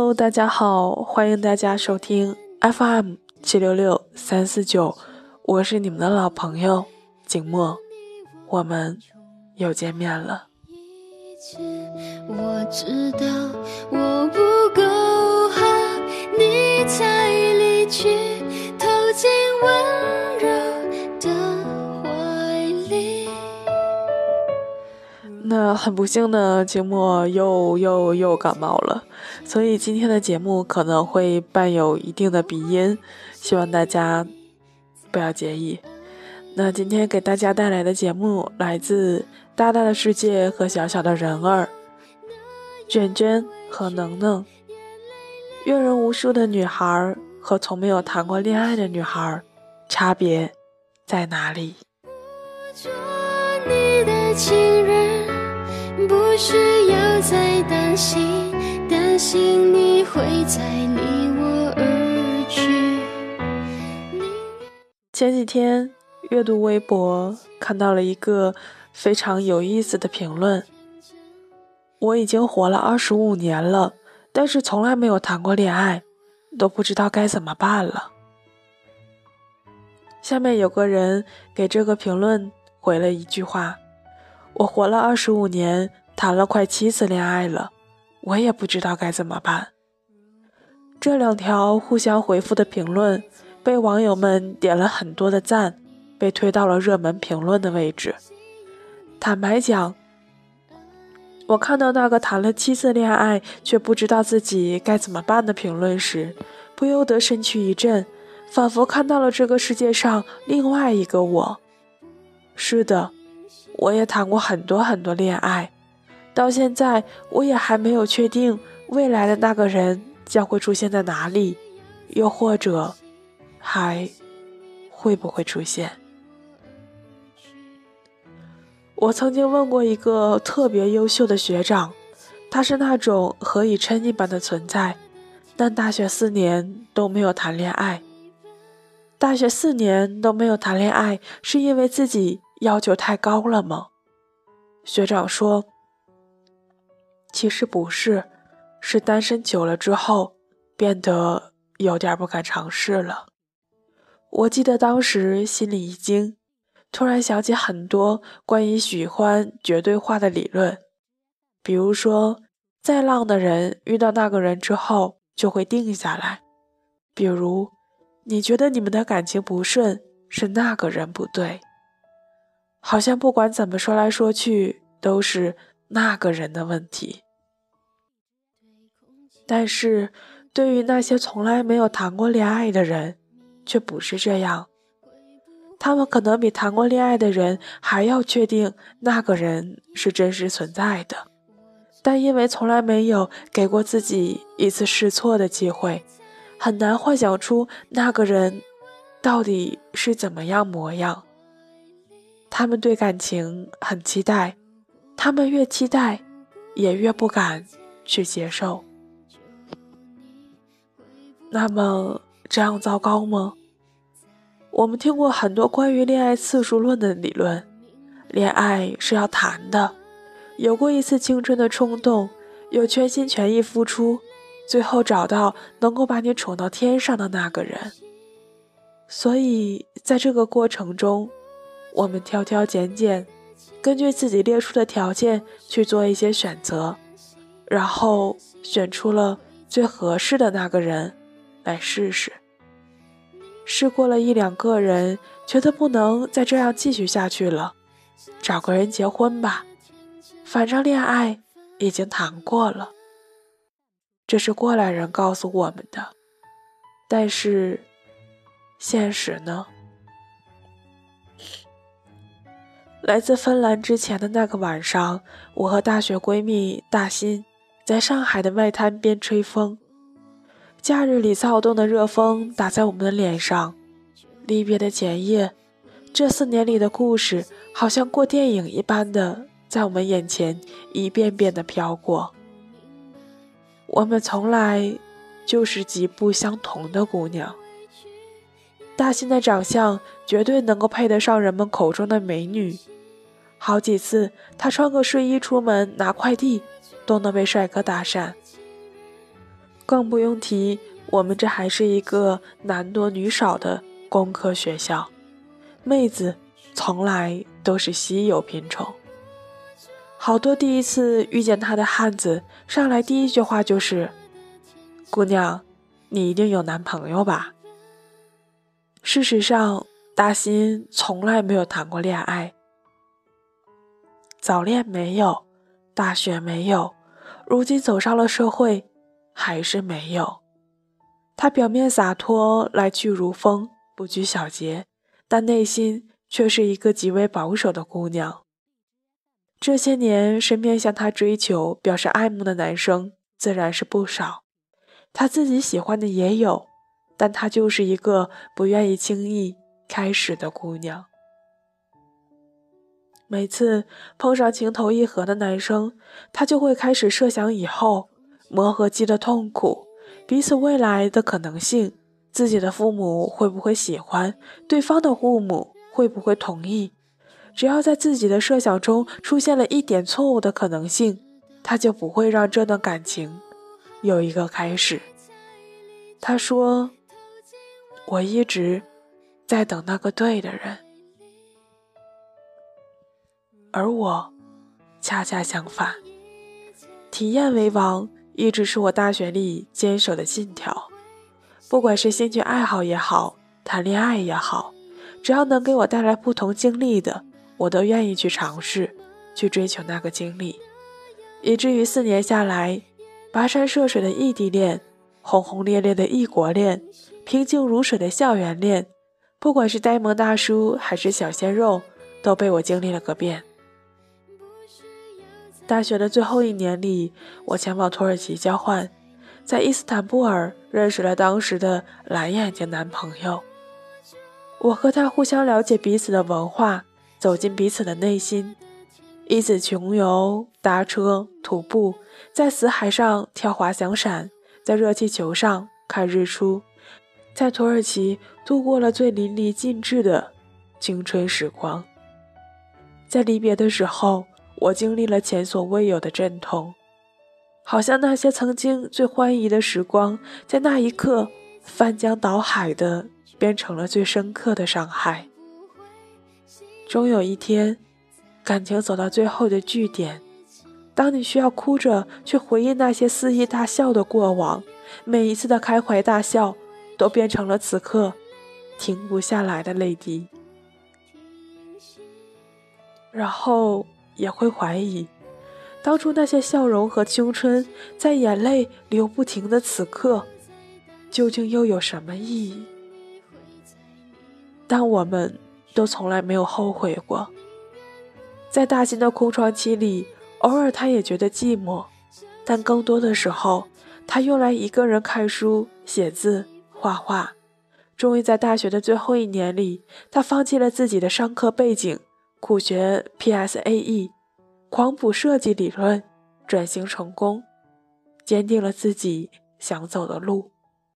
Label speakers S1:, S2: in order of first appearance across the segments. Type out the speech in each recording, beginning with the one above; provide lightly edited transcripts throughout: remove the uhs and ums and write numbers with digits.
S1: Hello， 大家好，欢迎大家收听 FM766-349，我是你们的老朋友景墨，我们又见面了。
S2: 我知道我不够好，你才离去，投进温柔的怀里。
S1: 那很不幸的，景墨又感冒了，所以今天的节目可能会伴有一定的鼻音，希望大家不要介意。那今天给大家带来的节目来自大大的世界和小小的人儿，卷卷和能能。阅人无数的女孩和从没有谈过恋爱的女孩，差别在哪里？
S2: 做你的情人，不需要再担心你会再离我而去。
S1: 前几天阅读微博，看到了一个非常有意思的评论。我已经活了25年了，但是从来没有谈过恋爱，都不知道该怎么办了。下面有个人给这个评论回了一句话：我活了25年，谈了快7次恋爱了，我也不知道该怎么办。这两条互相回复的评论被网友们点了很多的赞，被推到了热门评论的位置。坦白讲，我看到那个谈了7次恋爱却不知道自己该怎么办的评论时，不由得身躯一震，仿佛看到了这个世界上另外一个我。是的，我也谈过很多恋爱，到现在我也还没有确定未来的那个人将会出现在哪里，又或者还会不会出现。我曾经问过一个特别优秀的学长，他是那种何以琛一般的存在，但大学4年都没有谈恋爱。大学4年都没有谈恋爱，是因为自己要求太高了吗？学长说，其实不是，是单身久了之后，变得有点不敢尝试了。我记得当时心里一惊，突然想起很多关于喜欢绝对化的理论，比如说再浪的人遇到那个人之后就会定下来，比如你觉得你们的感情不顺，是那个人不对，好像不管怎么说来说去都是那个人的问题。但是对于那些从来没有谈过恋爱的人却不是这样，他们可能比谈过恋爱的人还要确定那个人是真实存在的，但因为从来没有给过自己一次试错的机会，很难幻想出那个人到底是怎么样模样。他们对感情很期待，他们越期待也越不敢去接受。那么这样糟糕吗？我们听过很多关于恋爱次数论的理论，恋爱是要谈的，有过一次青春的冲动，有全心全意付出，最后找到能够把你宠到天上的那个人。所以在这个过程中，我们挑挑拣拣，根据自己列出的条件去做一些选择，然后选出了最合适的那个人来试试。试过了1-2个人，觉得不能再这样继续下去了，找个人结婚吧，反正恋爱已经谈过了。这是过来人告诉我们的，但是现实呢？来自芬兰之前的那个晚上，我和大学闺蜜大新在上海的外滩边吹风，假日里躁动的热风打在我们的脸上。离别的前夜，这4年里的故事好像过电影一般的在我们眼前一遍遍的飘过。我们从来就是极不相同的姑娘。大新的长相绝对能够配得上人们口中的美女，好几次她穿个睡衣出门拿快递都能被帅哥搭讪。 更不用提我们这还是一个男多女少的工科学校，妹子从来都是稀有品种。好多第一次遇见他的汉子上来第一句话就是：姑娘，你一定有男朋友吧？事实上，大新从来没有谈过恋爱，早恋没有，大学没有，如今走上了社会还是没有。她表面洒脱，来去如风，不拘小节，但内心却是一个极为保守的姑娘。这些年身边向她追求表示爱慕的男生自然是不少，她自己喜欢的也有，但她就是一个不愿意轻易开始的姑娘。每次碰上情投意合的男生，她就会开始设想以后磨合期的痛苦，彼此未来的可能性，自己的父母会不会喜欢，对方的父母会不会同意。只要在自己的设想中出现了一点错误的可能性，他就不会让这段感情有一个开始。他说，我一直在等那个对的人，而我恰恰相反，体验为王一直是我大学里坚守的信条。不管是兴趣爱好也好，谈恋爱也好，只要能给我带来不同经历的，我都愿意去尝试，去追求那个经历。以至于4年下来，跋山涉水的异地恋，轰轰烈烈的异国恋，平静如水的校园恋，不管是呆萌大叔还是小鲜肉，都被我经历了个遍。大学的最后1年里，我前往土耳其交换，在伊斯坦布尔认识了当时的蓝眼睛男朋友。我和他互相了解彼此的文化，走进彼此的内心，一起穷游、搭车、徒步，在死海上跳滑翔伞，在热气球上看日出，在土耳其度过了最淋漓尽致的青春时光。在离别的时候，我经历了前所未有的阵痛，好像那些曾经最欢愉的时光，在那一刻翻江倒海的变成了最深刻的伤害。终有一天，感情走到最后的据点，当你需要哭着去回忆那些肆意大笑的过往，每一次的开怀大笑都变成了此刻停不下来的泪滴。然后也会怀疑，当初那些笑容和青春，在眼泪流不停的此刻，究竟又有什么意义？但我们都从来没有后悔过。在大新的空窗期里，偶尔他也觉得寂寞，但更多的时候，他用来一个人看书、写字、画画。终于在大学的最后1年里，他放弃了自己的商科背景，苦学 PSAE， 狂补设计理论，转型成功，坚定了自己想走的路。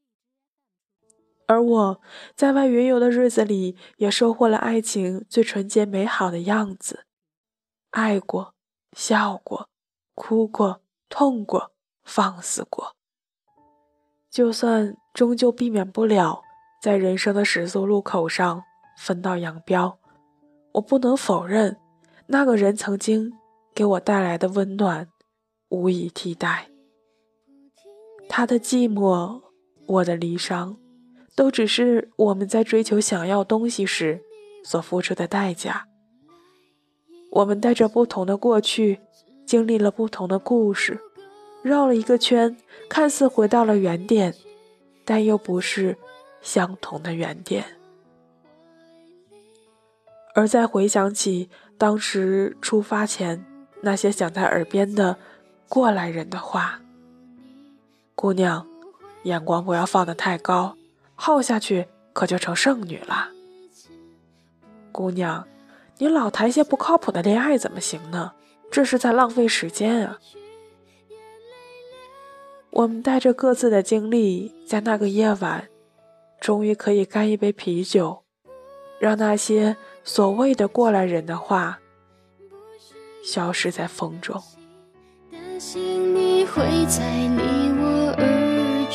S1: 而我在外云游的日子里，也收获了爱情最纯洁美好的样子，爱过，笑过，哭过，痛过，放肆过。就算终究避免不了在人生的十字路口上分道扬镳，我不能否认那个人曾经给我带来的温暖无以替代。他的寂寞，我的离伤，都只是我们在追求想要东西时所付出的代价。我们带着不同的过去，经历了不同的故事，绕了一个圈，看似回到了原点，但又不是相同的原点。而再回想起当时出发前那些响在耳边的过来人的话，姑娘，眼光不要放得太高，耗下去可就成剩女了。姑娘，你老谈些不靠谱的恋爱怎么行呢？这是在浪费时间啊。我们带着各自的经历，在那个夜晚，终于可以干一杯啤酒，让那些所谓的过来人的话消失在风中。
S2: 担心你会在离我而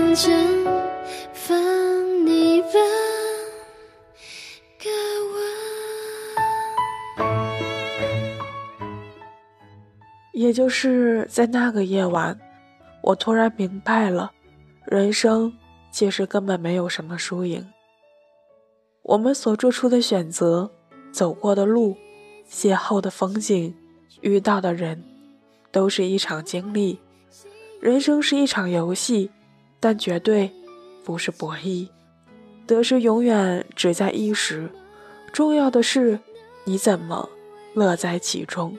S2: 真放你吧个吻。
S1: 也就是在那个夜晚，我突然明白了，人生其实根本没有什么输赢。我们所做出的选择，走过的路，邂逅的风景，遇到的人，都是一场经历。人生是一场游戏，但绝对不是博弈。得失永远只在一时，重要的是你怎么乐在其中。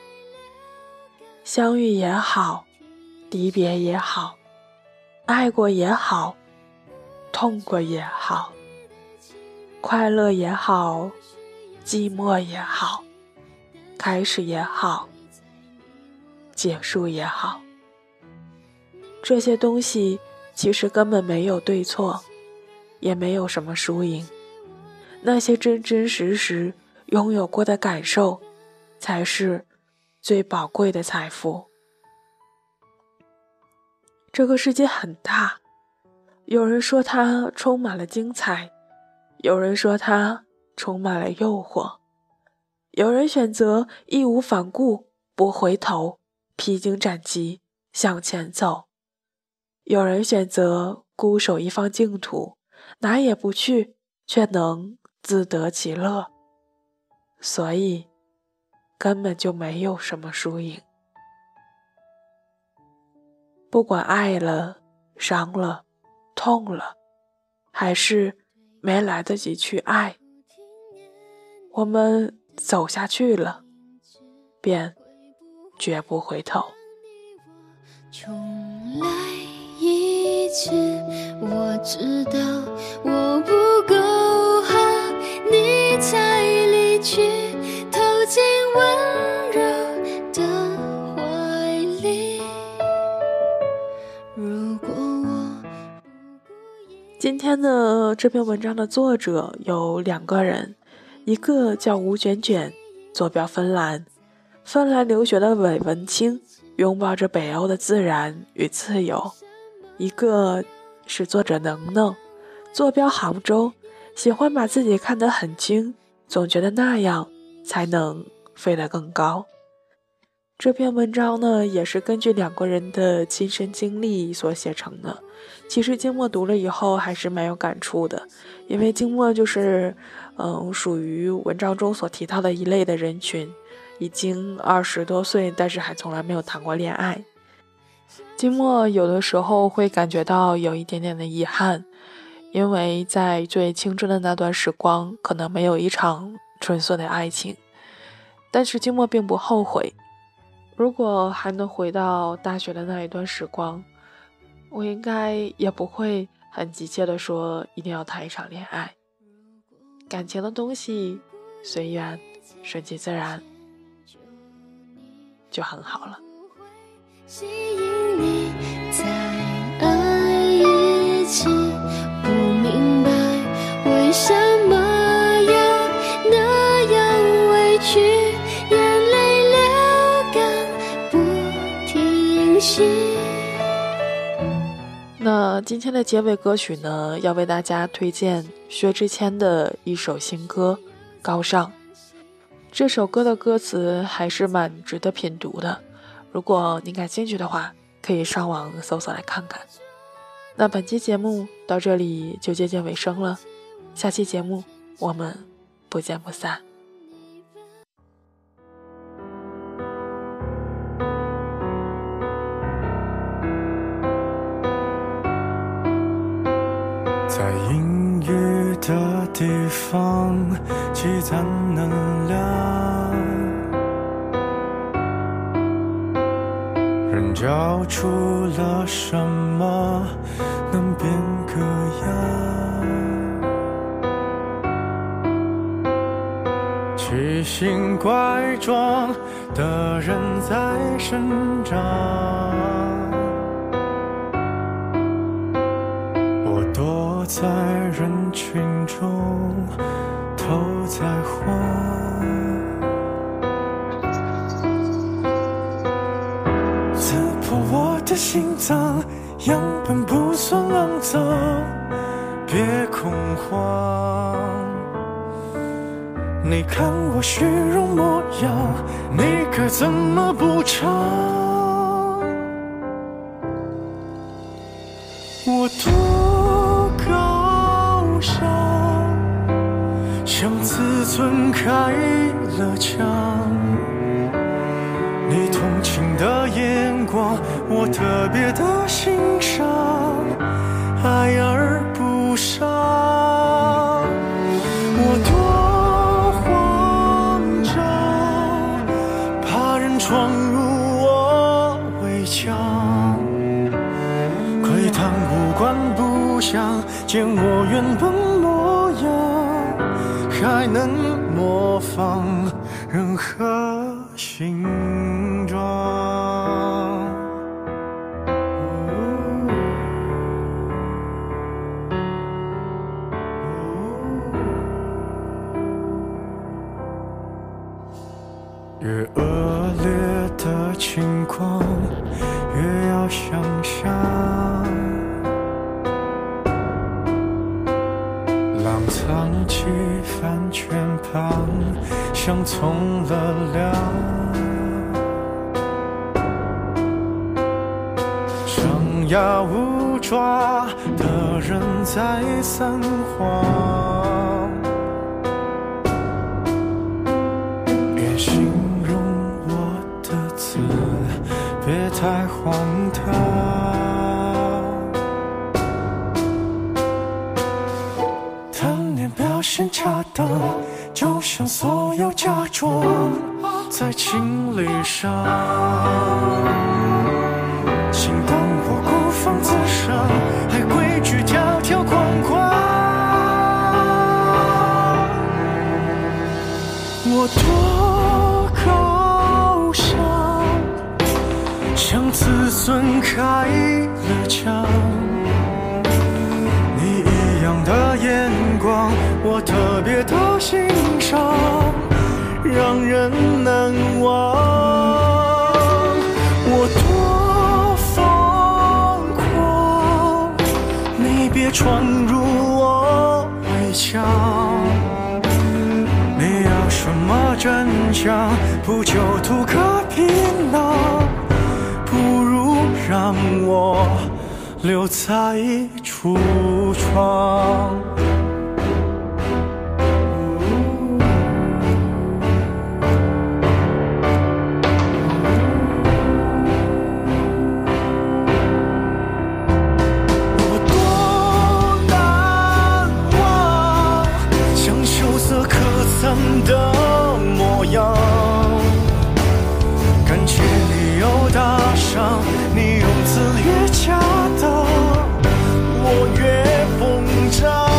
S1: 相遇也好，离别也好，爱过也好，痛过也好，快乐也好，寂寞也好，开始也好，结束也好，这些东西其实根本没有对错，也没有什么输赢。那些真真实实拥有过的感受，才是最宝贵的财富。这个世界很大，有人说它充满了精彩，有人说它充满了诱惑，有人选择义无反顾，不回头，披荆斩棘，向前走，有人选择孤守一方净土，哪也不去，却能自得其乐。所以根本就没有什么输赢。不管爱了，伤了，痛了，还是没来得及去爱，我们走下去了，便绝不回头。
S2: 重来一次，我知道我不够好，你才离去，投进温柔的怀里。如果我
S1: 今天的这篇文章的作者有2个人，一个叫吴卷卷，坐标芬兰，芬兰留学的伪文青，拥抱着北欧的自然与自由；一个是作者能能，坐标杭州，喜欢把自己看得很轻，总觉得那样才能飞得更高。这篇文章呢，也是根据2个人的亲身经历所写成的。其实经墨读了以后还是蛮有感触的，因为经墨就是属于文章中所提到的一类的人群，已经20多岁，但是还从来没有谈过恋爱。经墨有的时候会感觉到有一点点的遗憾，因为在最青春的那段时光，可能没有一场纯粹的爱情，但是经墨并不后悔。如果还能回到大学的那一段时光，我应该也不会很急切地说一定要谈一场恋爱。感情的东西随缘顺其自然就很好了。
S2: 吸引你再爱一次，不明白为什么要那样委屈，眼泪流干不停息。
S1: 那今天的结尾歌曲呢，要为大家推荐薛之谦的一首新歌《高尚》。这首歌的歌词还是蛮值得品读的，如果您感兴趣的话，可以上网搜索来看看。那本期节目到这里就接近尾声了，下期节目我们不见不散。
S3: 在阴郁的地方积攒能量，人交出了什么能变个样？奇形怪状的人在生长，我躲在人群中，头在晃，刺破我的心脏， 样本不算肮脏，别恐慌。你看我虚荣模样，你该怎么补偿？我多高尚，像自尊开了枪。你同情的眼光，我特别的欣赏，爱而不伤。我多慌张，怕人闯入我围墙，窥探无关不详，见我原本模样，还能模仿任何形状。越恶劣的情况，越要想象。浪藏起帆圈旁，像从了凉。张牙舞爪的人在撒谎，越形容我的字别太荒唐。贪恋表现恰当，就像所有假装在情理上。请当我孤芳自赏，还规矩条条框框。我多高尚，像自尊开了枪。你异样的眼光，我特别的欣赏，让人难忘。我多疯狂，你别闯入我围墙。你要什么真相？不就图个皮囊？不如让我留在橱窗。的模样，感觉你有打赏，你用词越恰当，我越膨胀。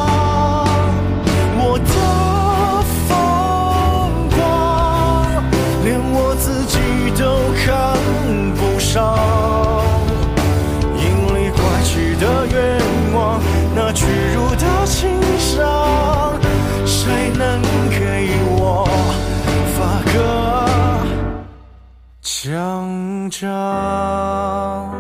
S3: 我的疯狂，连我自己都看不上。引力拐曲的愿望，那屈辱的情伤，谁能给我发个奖章？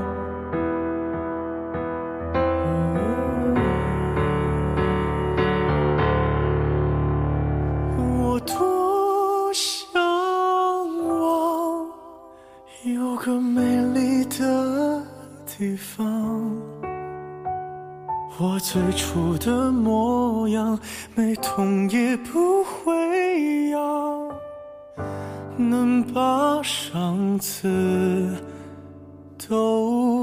S3: 我多向往有个美丽的地方，我最初的模样，没痛也不会痒，能把上次都